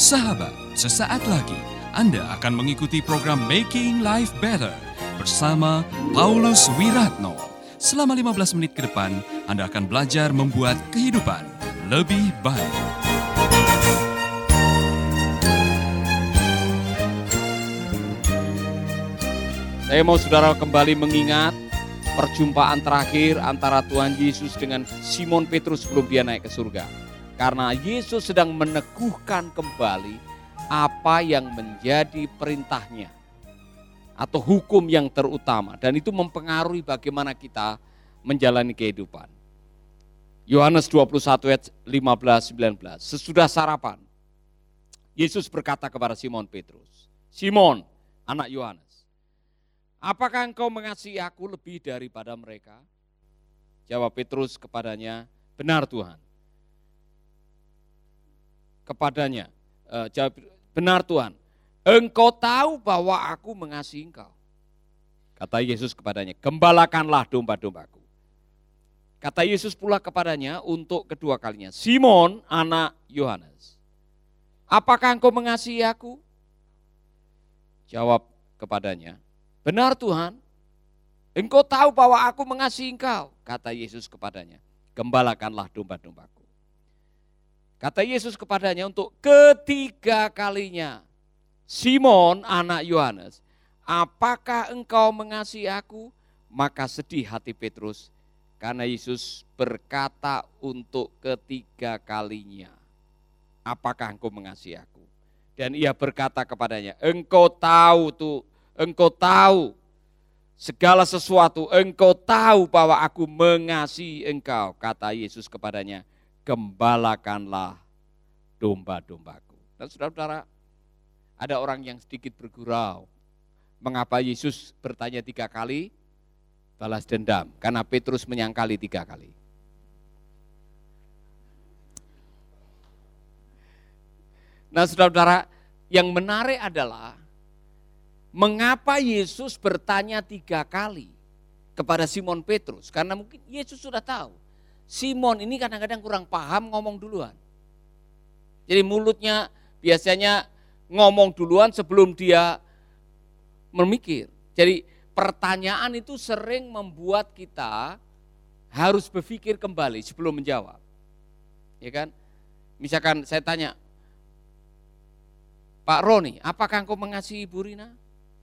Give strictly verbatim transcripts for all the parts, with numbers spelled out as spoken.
Sahabat, sesaat lagi Anda akan mengikuti program Making Life Better bersama Paulus Wiratno. Selama lima belas menit ke depan, Anda akan belajar membuat kehidupan lebih baik. Saya mau saudara kembali mengingat perjumpaan terakhir antara Tuhan Yesus dengan Simon Petrus sebelum dia naik ke surga. Karena Yesus sedang meneguhkan kembali apa yang menjadi perintahnya atau hukum yang terutama, dan itu mempengaruhi bagaimana kita menjalani kehidupan. Yohanes dua puluh satu ayat lima belas sampai sembilan belas. Sesudah sarapan, Yesus berkata kepada Simon Petrus, "Simon, anak Yohanes, apakah engkau mengasihi aku lebih daripada mereka?" Jawab Petrus kepadanya, "Benar Tuhan." Kepadanya, uh, jawab, "Benar Tuhan, engkau tahu bahwa aku mengasihi engkau." Kata Yesus kepadanya, "Gembalakanlah domba-dombaku." Kata Yesus pula kepadanya untuk kedua kalinya, "Simon, anak Yohanes, apakah engkau mengasihi aku?" Jawab kepadanya, "Benar Tuhan, engkau tahu bahwa aku mengasihi engkau." Kata Yesus kepadanya, "Gembalakanlah domba-dombaku." Kata Yesus kepadanya untuk ketiga kalinya, "Simon, anak Yohanes, apakah engkau mengasihi aku?" Maka sedih hati Petrus karena Yesus berkata untuk ketiga kalinya, "Apakah engkau mengasihi aku?" Dan ia berkata kepadanya, "Engkau tahu tuh, engkau tahu segala sesuatu, engkau tahu bahwa aku mengasihi engkau." Kata Yesus kepadanya, "Gembalakanlah domba-dombaku." Dan saudara-saudara, ada orang yang sedikit bergurau, mengapa Yesus bertanya tiga kali? Balas dendam, karena Petrus menyangkali tiga kali. Nah saudara-saudara, yang menarik adalah mengapa Yesus bertanya tiga kali kepada Simon Petrus? Karena mungkin Yesus sudah tahu Simon ini kadang-kadang kurang paham ngomong duluan. Jadi mulutnya biasanya ngomong duluan sebelum dia memikir. Jadi pertanyaan itu sering membuat kita harus berpikir kembali sebelum menjawab. Ya kan? Misalkan saya tanya, "Pak Roni, apakah engkau mengasihi Ibu Rina?"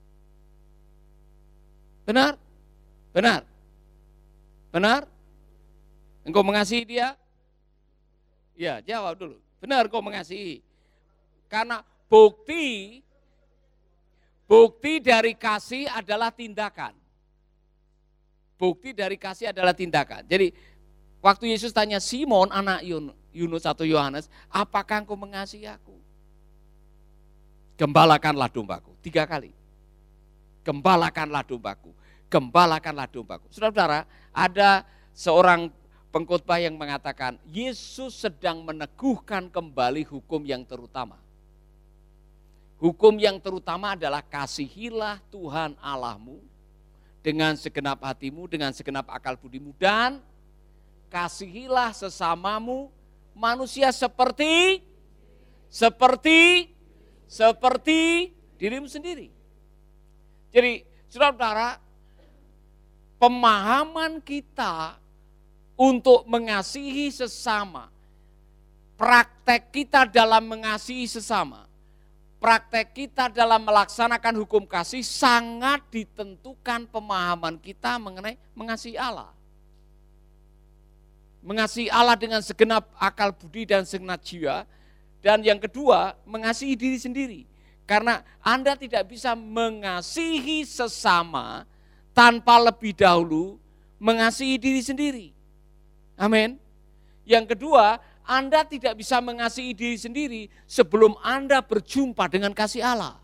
Benar? Benar? Benar? Engkau mengasihi dia? Ya, jawab dulu. Benar engkau mengasihi. Karena bukti bukti dari kasih adalah tindakan. Bukti dari kasih adalah tindakan. Jadi waktu Yesus tanya Simon anak Yunus atau Yohanes, "Apakah engkau mengasihi aku?" Gembalakanlah dombaku. Tiga kali. Gembalakanlah dombaku. Gembalakanlah dombaku. Saudara-saudara, ada seorang pengkhotbah yang mengatakan Yesus sedang meneguhkan kembali hukum yang terutama. Hukum yang terutama adalah kasihilah Tuhan Allahmu dengan segenap hatimu, dengan segenap akal budimu, dan kasihilah sesamamu manusia seperti seperti seperti dirimu sendiri. Jadi saudara-saudara, pemahaman kita untuk mengasihi sesama, praktek kita dalam mengasihi sesama, praktek kita dalam melaksanakan hukum kasih sangat ditentukan pemahaman kita mengenai mengasihi Allah. Mengasihi Allah dengan segenap akal budi dan segenap jiwa. Dan yang kedua, mengasihi diri sendiri. Karena Anda tidak bisa mengasihi sesama tanpa lebih dahulu mengasihi diri sendiri. Amin. Yang kedua, Anda tidak bisa mengasihi diri sendiri sebelum Anda berjumpa dengan kasih Allah.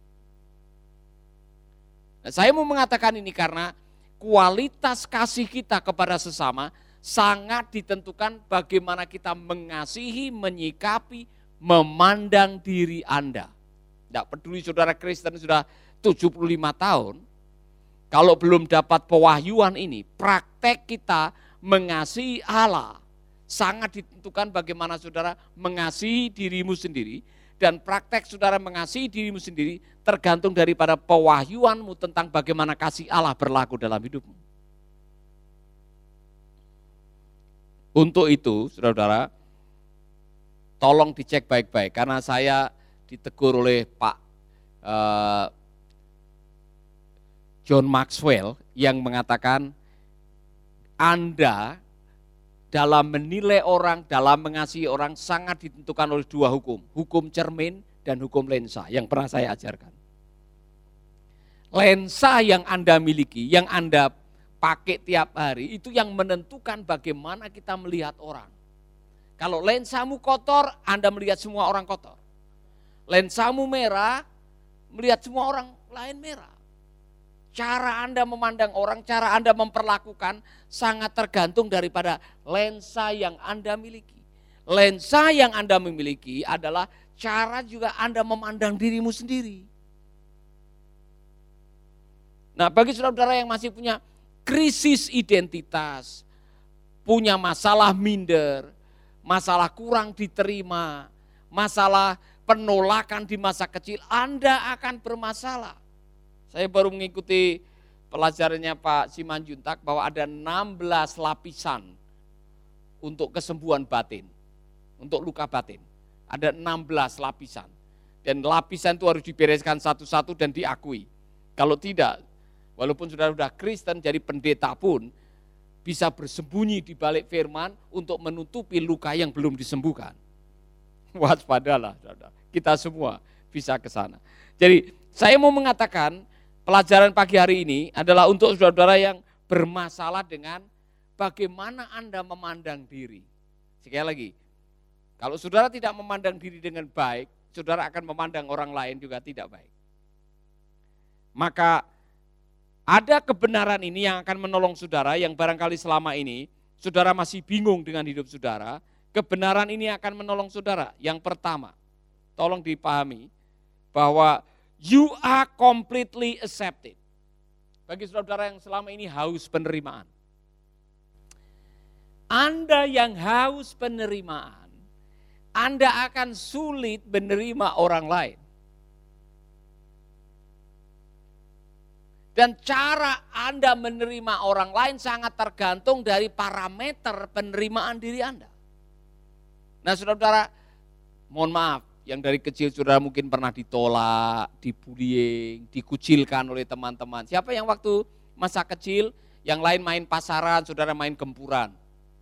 Nah, saya mau mengatakan ini karena kualitas kasih kita kepada sesama sangat ditentukan bagaimana kita mengasihi, menyikapi, memandang diri Anda. Tidak peduli saudara Kristen sudah tujuh puluh lima tahun, kalau belum dapat pewahyuan ini, praktek kita mengasihi Allah sangat ditentukan bagaimana saudara mengasihi dirimu sendiri dan praktek saudara mengasihi dirimu sendiri tergantung daripada pewahyuanmu tentang bagaimana kasih Allah berlaku dalam hidupmu. Untuk itu, saudara-saudara, tolong dicek baik-baik, karena saya ditegur oleh Pak uh, John Maxwell yang mengatakan, Anda dalam menilai orang, dalam mengasihi orang sangat ditentukan oleh dua hukum. Hukum cermin dan hukum lensa yang pernah saya ajarkan. Lensa yang Anda miliki, yang Anda pakai tiap hari, itu yang menentukan bagaimana kita melihat orang. Kalau lensamu kotor, Anda melihat semua orang kotor. Lensamu merah, melihat semua orang lain merah. Cara Anda memandang orang, cara Anda memperlakukan sangat tergantung daripada lensa yang Anda miliki. Lensa yang Anda memiliki adalah cara juga Anda memandang dirimu sendiri. Nah, bagi saudara-saudara yang masih punya krisis identitas, punya masalah minder, masalah kurang diterima, masalah penolakan di masa kecil, Anda akan bermasalah. Saya baru mengikuti pelajarannya Pak Simanjuntak bahwa ada enam belas lapisan untuk kesembuhan batin, untuk luka batin. Ada enam belas lapisan. Dan lapisan itu harus dibereskan satu-satu dan diakui. Kalau tidak, walaupun sudah sudah Kristen jadi pendeta pun bisa bersembunyi di balik firman untuk menutupi luka yang belum disembuhkan. Waspadalah, saudara. Kita semua bisa ke sana. Jadi saya mau mengatakan pelajaran pagi hari ini adalah untuk saudara-saudara yang bermasalah dengan bagaimana Anda memandang diri. Sekali lagi, kalau saudara tidak memandang diri dengan baik, saudara akan memandang orang lain juga tidak baik. Maka ada kebenaran ini yang akan menolong saudara yang barangkali selama ini saudara masih bingung dengan hidup saudara. Kebenaran ini akan menolong saudara. Yang pertama, tolong dipahami bahwa you are completely accepted. Bagi saudara yang selama ini haus penerimaan. Anda yang haus penerimaan, Anda akan sulit menerima orang lain. Dan cara Anda menerima orang lain sangat tergantung dari parameter penerimaan diri Anda. Nah, saudara-saudara, mohon maaf, yang dari kecil saudara mungkin pernah ditolak, dibullying, dikucilkan oleh teman-teman. Siapa yang waktu masa kecil, yang lain main pasaran, saudara main gempuran?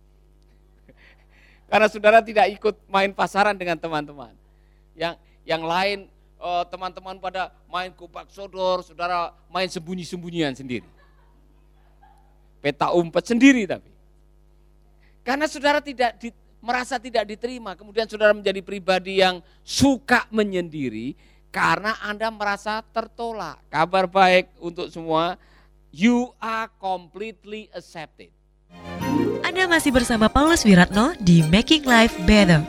Karena saudara tidak ikut main pasaran dengan teman-teman. Yang yang lain oh, teman-teman pada main kupak sodor, saudara main sembunyi-sembunyian sendiri. Peta umpet sendiri tapi. Karena saudara tidak di, merasa tidak diterima, kemudian saudara menjadi pribadi yang suka menyendiri karena Anda merasa tertolak. Kabar baik untuk semua, you are completely accepted. Anda masih bersama Paulus Wiratno di Making Life Better.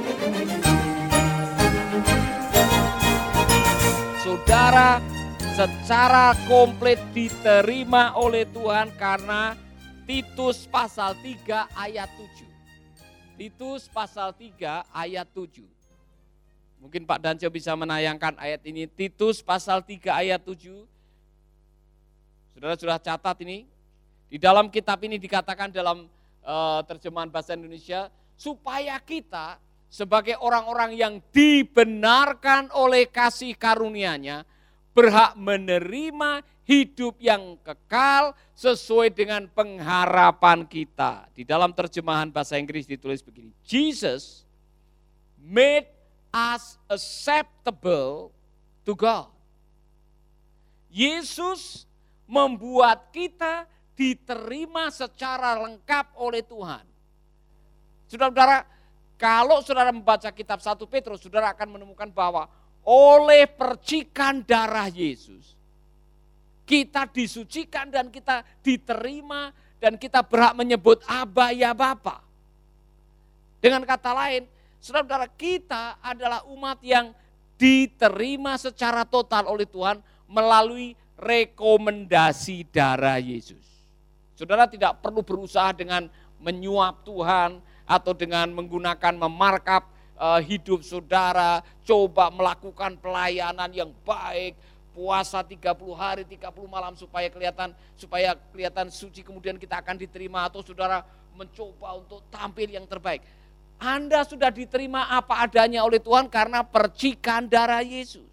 Saudara secara komplit diterima oleh Tuhan karena Titus pasal tiga ayat tujuh. Titus pasal tiga ayat tujuh. Mungkin Pak Danco bisa menayangkan ayat ini. Titus pasal tiga ayat tujuh. Saudara sudah catat ini. Di dalam kitab ini dikatakan dalam uh, terjemahan bahasa Indonesia, supaya kita sebagai orang-orang yang dibenarkan oleh kasih karunia-Nya berhak menerima hidup yang kekal sesuai dengan pengharapan kita. Di dalam terjemahan bahasa Inggris ditulis begini, Jesus made us acceptable to God. Yesus membuat kita diterima secara lengkap oleh Tuhan. Saudara-saudara, kalau saudara membaca kitab satu Petrus, saudara akan menemukan bahwa oleh percikan darah Yesus, kita disucikan dan kita diterima dan kita berhak menyebut Aba ya Bapa. Dengan kata lain, saudara-saudara, kita adalah umat yang diterima secara total oleh Tuhan melalui rekomendasi darah Yesus. Saudara tidak perlu berusaha dengan menyuap Tuhan atau dengan menggunakan memarkup uh, hidup saudara, coba melakukan pelayanan yang baik, puasa tiga puluh hari, tiga puluh malam supaya kelihatan supaya kelihatan suci, kemudian kita akan diterima, atau saudara mencoba untuk tampil yang terbaik. Anda sudah diterima apa adanya oleh Tuhan karena percikan darah Yesus.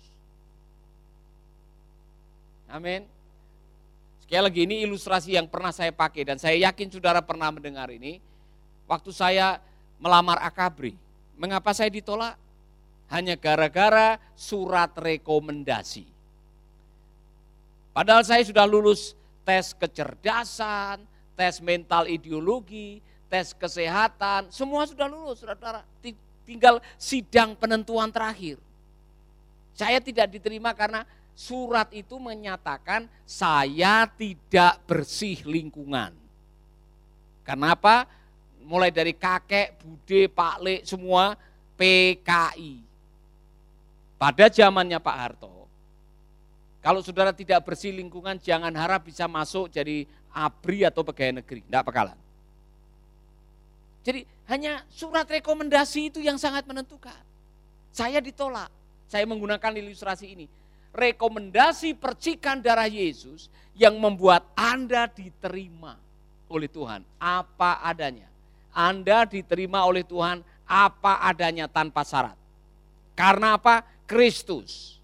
Amin. Sekali lagi, ini ilustrasi yang pernah saya pakai dan saya yakin saudara pernah mendengar ini. Waktu saya melamar Akabri, mengapa saya ditolak? Hanya gara-gara surat rekomendasi. Padahal saya sudah lulus tes kecerdasan, tes mental ideologi, tes kesehatan, semua sudah lulus, saudara. Tinggal sidang penentuan terakhir. Saya tidak diterima karena surat itu menyatakan saya tidak bersih lingkungan. Kenapa? Mulai dari kakek, bude, Pak Le, semua P K I. Pada zamannya Pak Harto, kalau saudara tidak bersih lingkungan, jangan harap bisa masuk jadi A B R I atau pegawai negeri, tidak bakalan. Jadi hanya surat rekomendasi itu yang sangat menentukan. Saya ditolak, saya menggunakan ilustrasi ini. Rekomendasi percikan darah Yesus yang membuat Anda diterima oleh Tuhan apa adanya. Anda diterima oleh Tuhan apa adanya tanpa syarat. Karena apa? Kristus.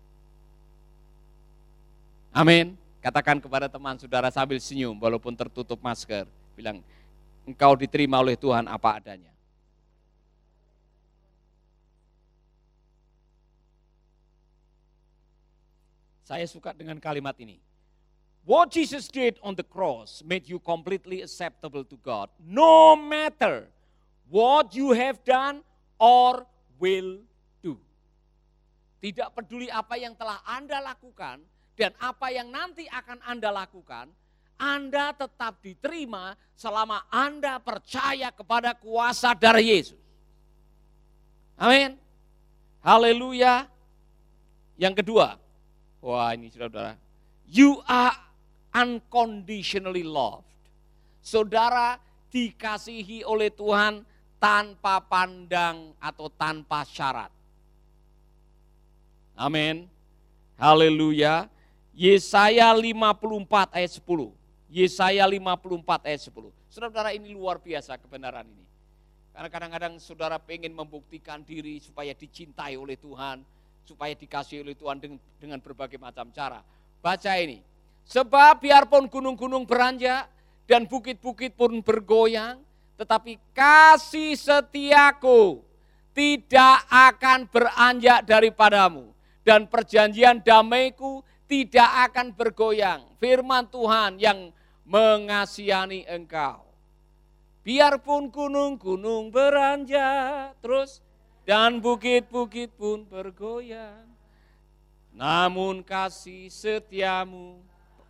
Amin. Katakan kepada teman saudara sambil senyum walaupun tertutup masker. Bilang, engkau diterima oleh Tuhan apa adanya. Saya suka dengan kalimat ini. What Jesus did on the cross made you completely acceptable to God, no matter what you have done or will do. Tidak peduli apa yang telah Anda lakukan dan apa yang nanti akan Anda lakukan, Anda tetap diterima selama Anda percaya kepada kuasa darah Yesus. Amin. Haleluya. Yang kedua, wah ini saudara, you are unconditionally loved. Saudara dikasihi oleh Tuhan tanpa pandang atau tanpa syarat. Amin. Haleluya. Yesaya lima puluh empat ayat sepuluh. Yesaya lima puluh empat ayat sepuluh. Saudara-saudara, ini luar biasa kebenaran ini. Karena kadang-kadang saudara pengen membuktikan diri supaya dicintai oleh Tuhan, supaya dikasihi oleh Tuhan dengan berbagai macam cara. Baca ini. Sebab biarpun gunung-gunung beranjak dan bukit-bukit pun bergoyang, tetapi kasih setiaku tidak akan beranjak daripadamu. Dan perjanjian damaiku tidak akan bergoyang. Firman Tuhan yang mengasihani engkau. Biarpun gunung-gunung beranjak, terus dan bukit-bukit pun bergoyang, namun kasih setiamu.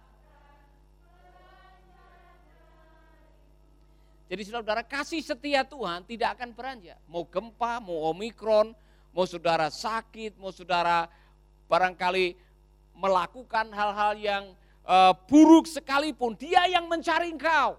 Jadi saudara, kasih setia Tuhan tidak akan beranjak. Mau gempa, mau omikron, mau saudara sakit, mau saudara barangkali melakukan hal-hal yang uh, buruk sekalipun, Dia yang mencari engkau.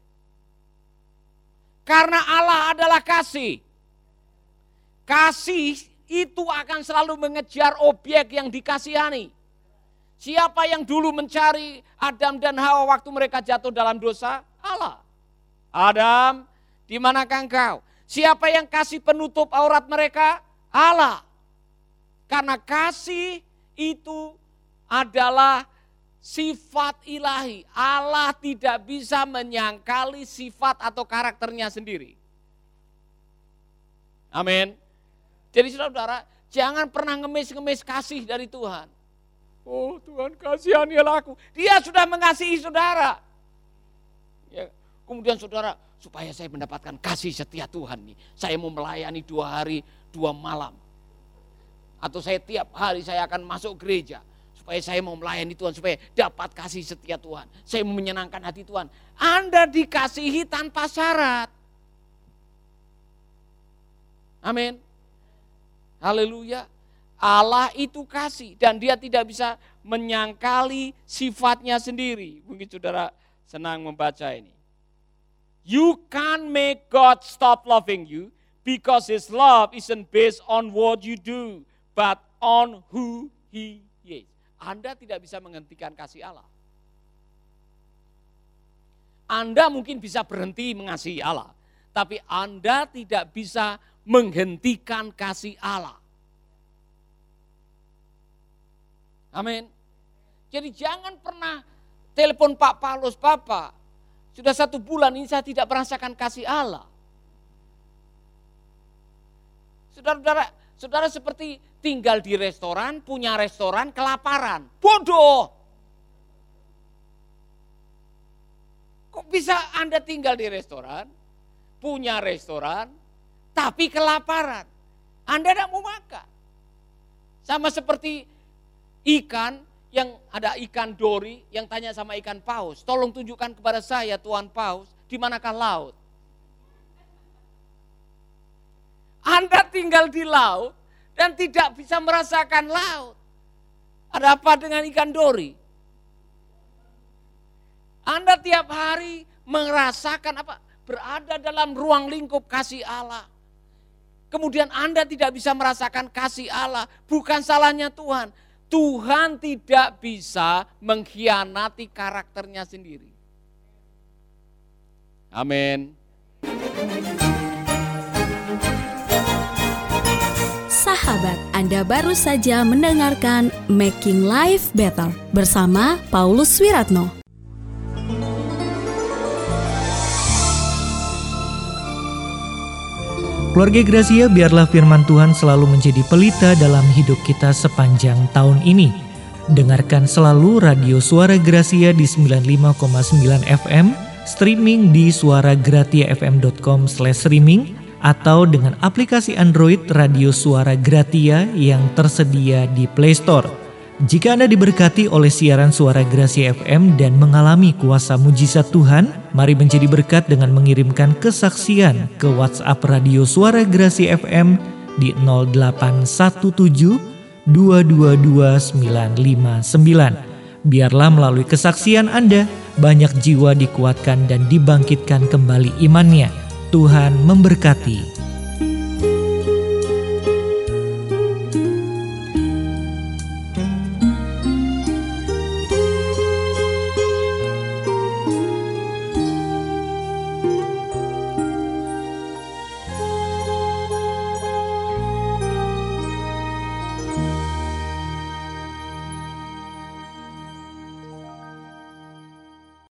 Karena Allah adalah kasih. Kasih itu akan selalu mengejar objek yang dikasihani. Siapa yang dulu mencari Adam dan Hawa waktu mereka jatuh dalam dosa? Allah. Adam, di manakah engkau? Siapa yang kasih penutup aurat mereka? Allah. Karena kasih itu adalah sifat ilahi. Allah tidak bisa menyangkali sifat atau karakternya sendiri. Amin. Jadi saudara, jangan pernah ngemis-ngemis kasih dari Tuhan. Oh Tuhan, kasihanilah aku. Dia sudah mengasihi saudara. Ya, kemudian saudara, supaya saya mendapatkan kasih setia Tuhan nih, saya mau melayani dua hari, dua malam. Atau saya tiap hari saya akan masuk gereja. Supaya saya mau melayani Tuhan, supaya dapat kasih setia Tuhan. Saya mau menyenangkan hati Tuhan. Anda dikasihi tanpa syarat. Amin. Haleluya. Allah itu kasih dan Dia tidak bisa menyangkali sifatnya sendiri. Mungkin saudara senang membaca ini. You can't make God stop loving you, Because His love isn't based on what you do, but on who He is. Anda tidak bisa menghentikan kasih Allah. Anda mungkin bisa berhenti mengasihi Allah, tapi Anda tidak bisa menghentikan kasih Allah. Amin. Jadi jangan pernah telepon Pak Paulus, Bapak, sudah satu bulan ini saya tidak merasakan kasih Allah. Saudara-saudara, saudara seperti tinggal di restoran, punya restoran, kelaparan. Bodoh. Kok bisa Anda tinggal di restoran, punya restoran, tapi kelaparan? Anda tidak mau makan. Sama seperti ikan, yang ada ikan dori yang tanya sama ikan paus, tolong tunjukkan kepada saya Tuan Paus, di manakah laut? Anda tinggal di laut dan tidak bisa merasakan laut. Ada apa dengan ikan dori? Anda tiap hari merasakan apa? Berada dalam ruang lingkup kasih Allah. Kemudian Anda tidak bisa merasakan kasih Allah. Bukan salahnya Tuhan. Tuhan tidak bisa mengkhianati karakternya sendiri. Amin. Sahabat, Anda baru saja mendengarkan Making Life Better bersama Paulus Wiratno. Keluarga Gracia, biarlah firman Tuhan selalu menjadi pelita dalam hidup kita sepanjang tahun ini. Dengarkan selalu radio Suara Gracia di sembilan puluh lima koma sembilan F M, streaming di suara gratia f m dot com slash streaming, atau dengan aplikasi Android Radio Suara Gratia yang tersedia di Play Store. Jika Anda diberkati oleh siaran Suara Gracia F M dan mengalami kuasa mujizat Tuhan, mari menjadi berkat dengan mengirimkan kesaksian ke WhatsApp Radio Suara Gracia F M di nol delapan satu tujuh dua dua dua sembilan lima sembilan. Biarlah melalui kesaksian Anda, banyak jiwa dikuatkan dan dibangkitkan kembali imannya. Tuhan memberkati.